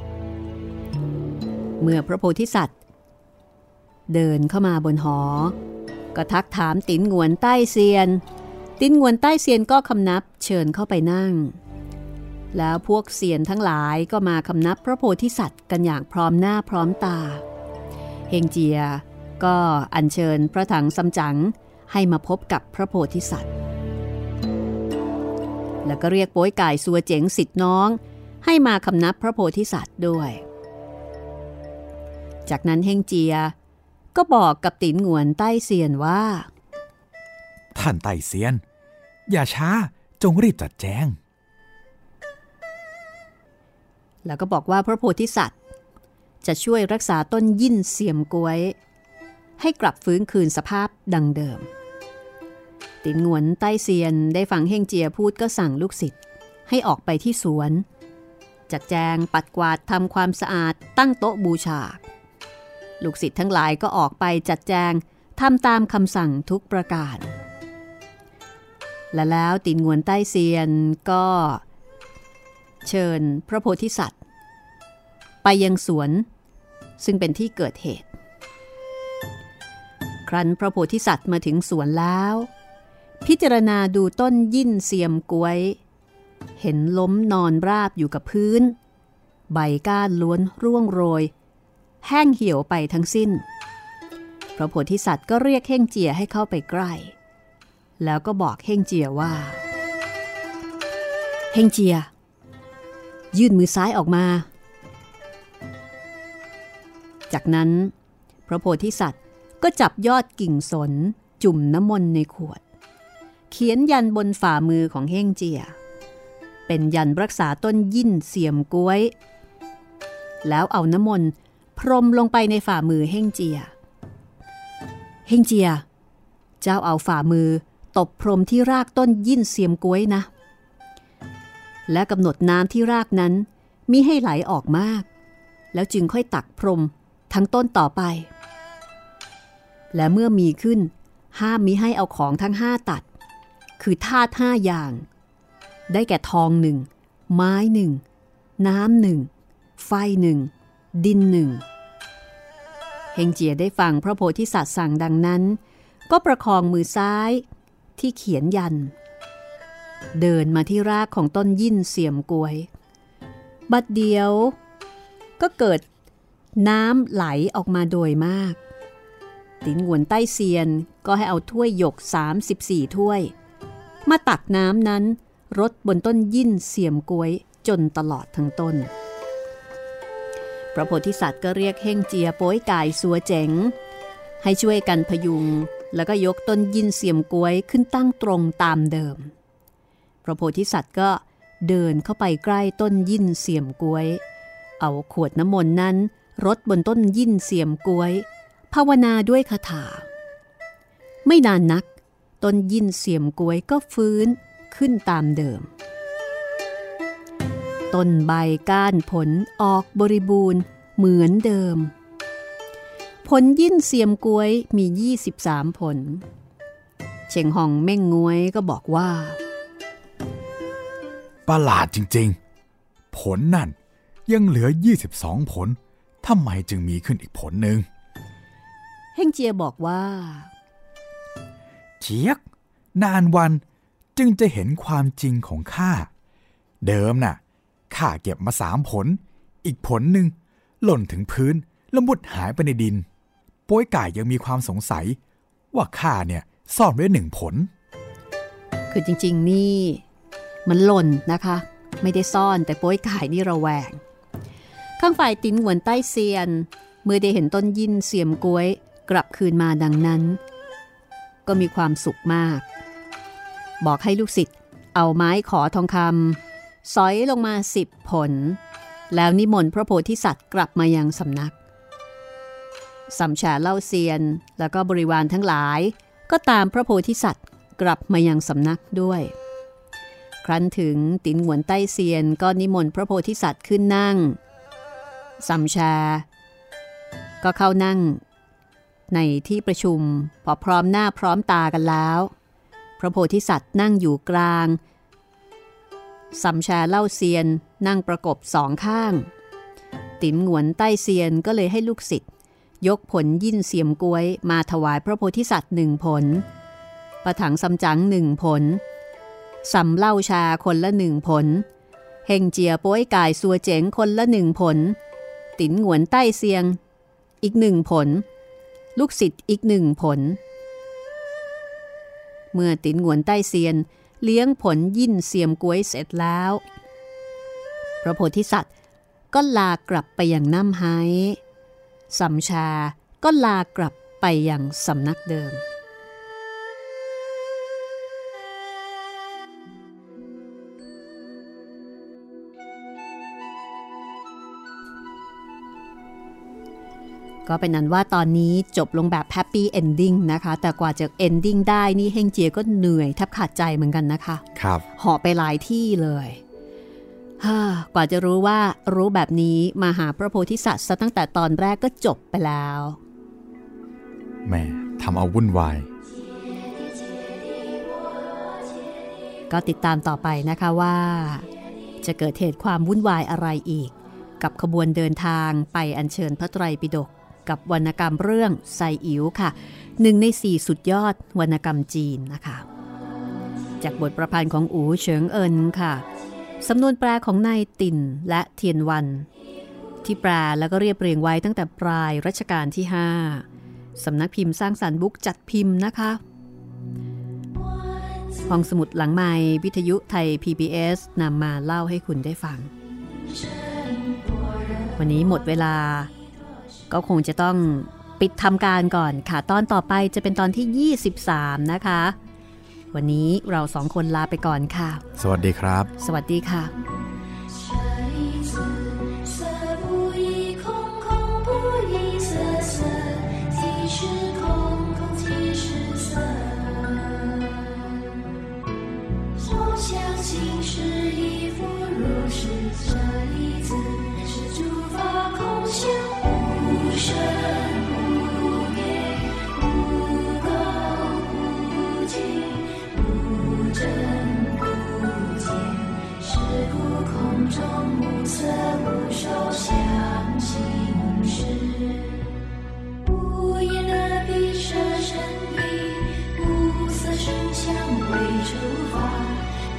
เมื่อพระโพธิสัตว์เดินเข้ามาบนหอก็ทักถามติ้นหงวนใต้เซียนติ้นหงวนใต้เซียนก็คำนับเชิญเข้าไปนั่งแล้วพวกเซียนทั้งหลายก็มาคำนับพระโพธิสัตว์กันอย่างพร้อมหน้าพร้อมตาเฮงเจียก็อัญเชิญพระถังซัมจั๋งให้มาพบกับพระโพธิสัตว์แล้วก็เรียกโป้ยก่ายซัวเจ๋งศิษย์น้องให้มาคำนับพระโพธิสัตว์ด้วยจากนั้นเฮงเจียก็บอกกับติ๋นหงวนใต้เซียนว่าท่านใต้เซียนอย่าช้าจงรีบจัดแจงแล้วก็บอกว่าพระโพธิสัตว์จะช่วยรักษาต้นยินเสียมก๊วยให้กลับฟื้นคืนสภาพดังเดิมติ๋นหงวนใต้เซียนได้ฟังเฮงเจียพูดก็สั่งลูกศิษย์ให้ออกไปที่สวนจัดแจงปัดกวาดทำความสะอาดตั้งโต๊ะบูชาลูกศิษย์ทั้งหลายก็ออกไปจัดแจงทำตามคำสั่งทุกประการและแล้วติ๋นหงวนใต้เซียนก็เชิญพระโพธิสัตว์ไปยังสวนซึ่งเป็นที่เกิดเหตุครั้นพระโพธิสัตว์มาถึงสวนแล้วพิจารณาดูต้นยินเสียมก๊วยเห็นล้มนอนราบอยู่กับพื้นใบก้านล้วนร่วงโรยแห้งเหี่ยวไปทั้งสิ้นพระโพธิสัตว์ก็เรียกเฮ่งเจียให้เข้าไปใกล้แล้วก็บอกเฮ่งเจียว่าเฮ่งเจียยื่นมือซ้ายออกมาจากนั้นพระโพธิสัตว์ก็จับยอดกิ่งสนจุ่มน้ำมนต์ในขวดเขียนยันบนฝ่ามือของเฮ่งเจียเป็นยันรักษาต้นยินเสียมก๊วยแล้วเอาน้ำมนต์พรมลงไปในฝ่ามือเฮ่งเจียเฮ่งเจียเจ้าเอาฝ่ามือตบพรมที่รากต้นยินเสียมก๊วยนะและกำหนดน้ำที่รากนั้นมิให้ไหลออกมากแล้วจึงค่อยตักพรมทั้งต้นต่อไปและเมื่อมีขึ้นห้ามมิให้เอาของทั้ง5ตัดคือธาตุ5อย่างได้แก่ทอง1ไม้1น้ำ1ไฟ1ดิน1เฮงเจียได้ฟังพระโพธิสัตว์สั่งดังนั้นก็ประคองมือซ้ายที่เขียนยันเดินมาที่รากของต้นยิ่นเสียมกวยบัดเดียวก็เกิดน้ำไหลออกมาโดยมากตินหวนใต้เซียนก็ให้เอาถ้วยหยก34ถ้วยมาตักน้ำนั้นรดบนต้นยิ่นเสียมกวยจนตลอดทั้งต้นพระโพธิสัตว์ก็เรียกเฮ่งเจียโป้ยกายสัวเจ๋งให้ช่วยกันพยุงแล้วก็ยกต้นยิ่นเสียมกวยขึ้นตั้งตรงตามเดิมพระโพธิสัตว์ก็เดินเข้าไปใกล้ต้นยิ่นเสียมกวยเอาขวดน้ำมนต์นั้นรดบนต้นยิ่นเสียมกวยภาวนาด้วยคาถาไม่นานนักต้นยิ่นเสียมกวยก็ฟื้นขึ้นตามเดิมต้นใบก้านผลออกบริบูรณ์เหมือนเดิมผลยิ่นเสียมกวยมี23ผลเฉิงหองเม่งงวยก็บอกว่าประหลาดจริงๆผลนั่นยังเหลือ22ผลทำไมจึงมีขึ้นอีกผลหนึ่งเฮ่งเจียบอกว่าเจี๊ยกนานวันจึงจะเห็นความจริงของข้าเดิมน่ะข้าเก็บมา3ผลอีกผลหนึ่งหล่นถึงพื้นแล้วมุดหายไปในดินโป้ยก่ายยังมีความสงสัยว่าข้าเนี่ยซ่อนไว้1ผลคือจริงๆนี่มันหล่นนะคะไม่ได้ซ่อนแต่โป้ยก่ายนี่ระแวงข้างฝ่ายตินหวนใต้เซียนเมื่อได้เห็นต้นยิ่นเสียมกวยกลับคืนมาดังนั้นก็มีความสุขมากบอกให้ลูกศิษย์เอาไม้ขอทองคำสอยลงมา10ผลแล้วนิมนต์พระโพธิสัตว์กลับมายังสำนักสำชาเล่าเซียนแล้วก็บริวารทั้งหลายก็ตามพระโพธิสัตว์กลับมายังสำนักด้วยครั้นถึงตินหวนใต้เซียนก็นิมนต์พระโพธิสัตว์ขึ้นนั่งสำชาก็เข้านั่งในที่ประชุมพอพร้อมหน้าพร้อมตากันแล้วพระโพธิสัตว์นั่งอยู่กลางสำชาเล่าเซียนนั่งประกบสองข้างตินหวนใต้เซียนก็เลยให้ลูกศิษย์ยกผลยิ่นเสียมกวยมาถวายพระโพธิสัตว์1ผลประถังสำจั๋ง1ผลสำเล่าชาคนละ1ผลเฮงเจียโป้ยก่ายสัวเจ๋งคนละ1ผลตินหวนใต้เซียงอีก1ผลลูกศิษย์อีก1ผลเมื่อตินหวนใต้เซียนเลี้ยงผลยิ่นเสียมกวยเสร็จแล้วพระโพธิสัตว์ก็ลากลับไปยังน้ำไห้สำชาก็ลากลับไปยังสำนักเดิมก็เป็นนั้นว่าตอนนี้จบลงแบบแฮปปี้เอนดิ้งนะคะแต่กว่าจะเอนดิ้งได้นี่เฮงเจียก็เหนื่อยแทบขาดใจเหมือนกันนะคะครับเหาะไปหลายที่เลยกว่าจะรู้ว่ารู้แบบนี้มาหาพระโพธิสัตว์ซะตั้งแต่ตอนแรกก็จบไปแล้วแม่ทำเอาวุ่นวายก็ติดตามต่อไปนะคะว่าจะเกิดเหตุความวุ่นวายอะไรอีกกับขบวนเดินทางไปอัญเชิญพระไตรปิฎกกับวรรณกรรมเรื่องไซอิ๋วค่ะ1ใน4สุดยอดวรรณกรรมจีนนะคะจากบทประพันธ์ของอู๋เฉิงเอินค่ะสำนวนแปลของนายติ่นและเทียนวันที่แปลแล้วก็เรียบเรียงไว้ตั้งแต่ปลายรัชกาลที่5สำนักพิมพ์สร้างสรรค์บุ๊กจัดพิมพ์นะคะห้องสมุดหลังไมค์วิทยุไทย PBS นำมาเล่าให้คุณได้ฟังวันนี้หมดเวลาก็คงจะต้องปิดทำการก่อนค่ะตอนต่อไปจะเป็นตอนที่23นะคะวันนี้เรา2คนลาไปก่อนค่ะสวัสดีครับสวัสดีค่ะ身相会处罚。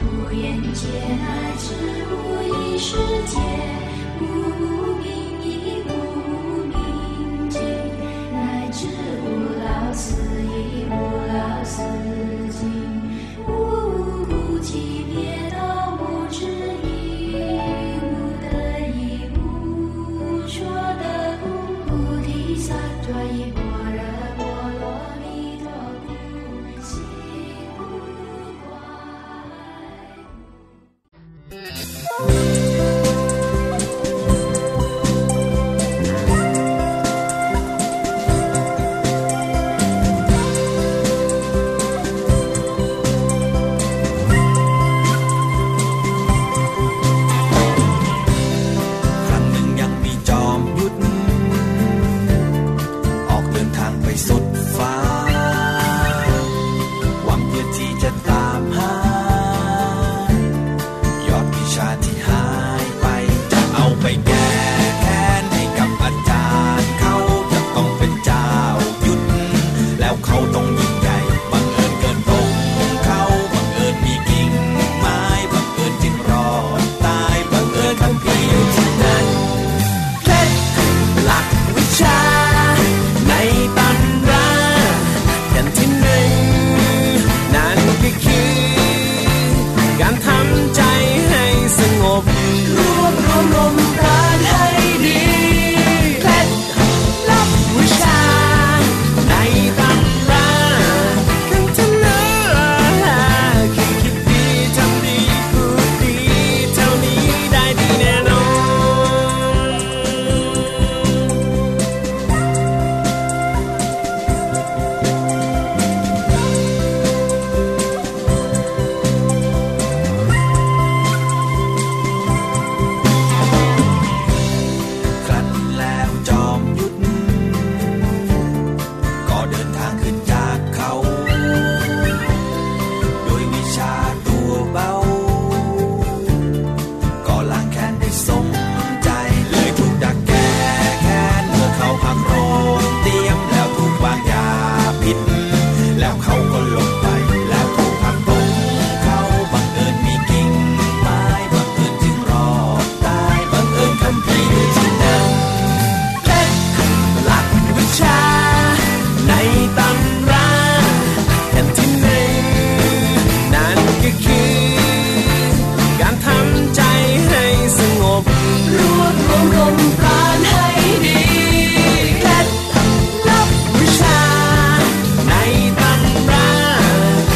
เ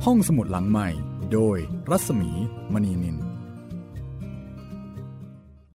ห้องสมุดหลังใหม่โดยรัศมีมณีนิน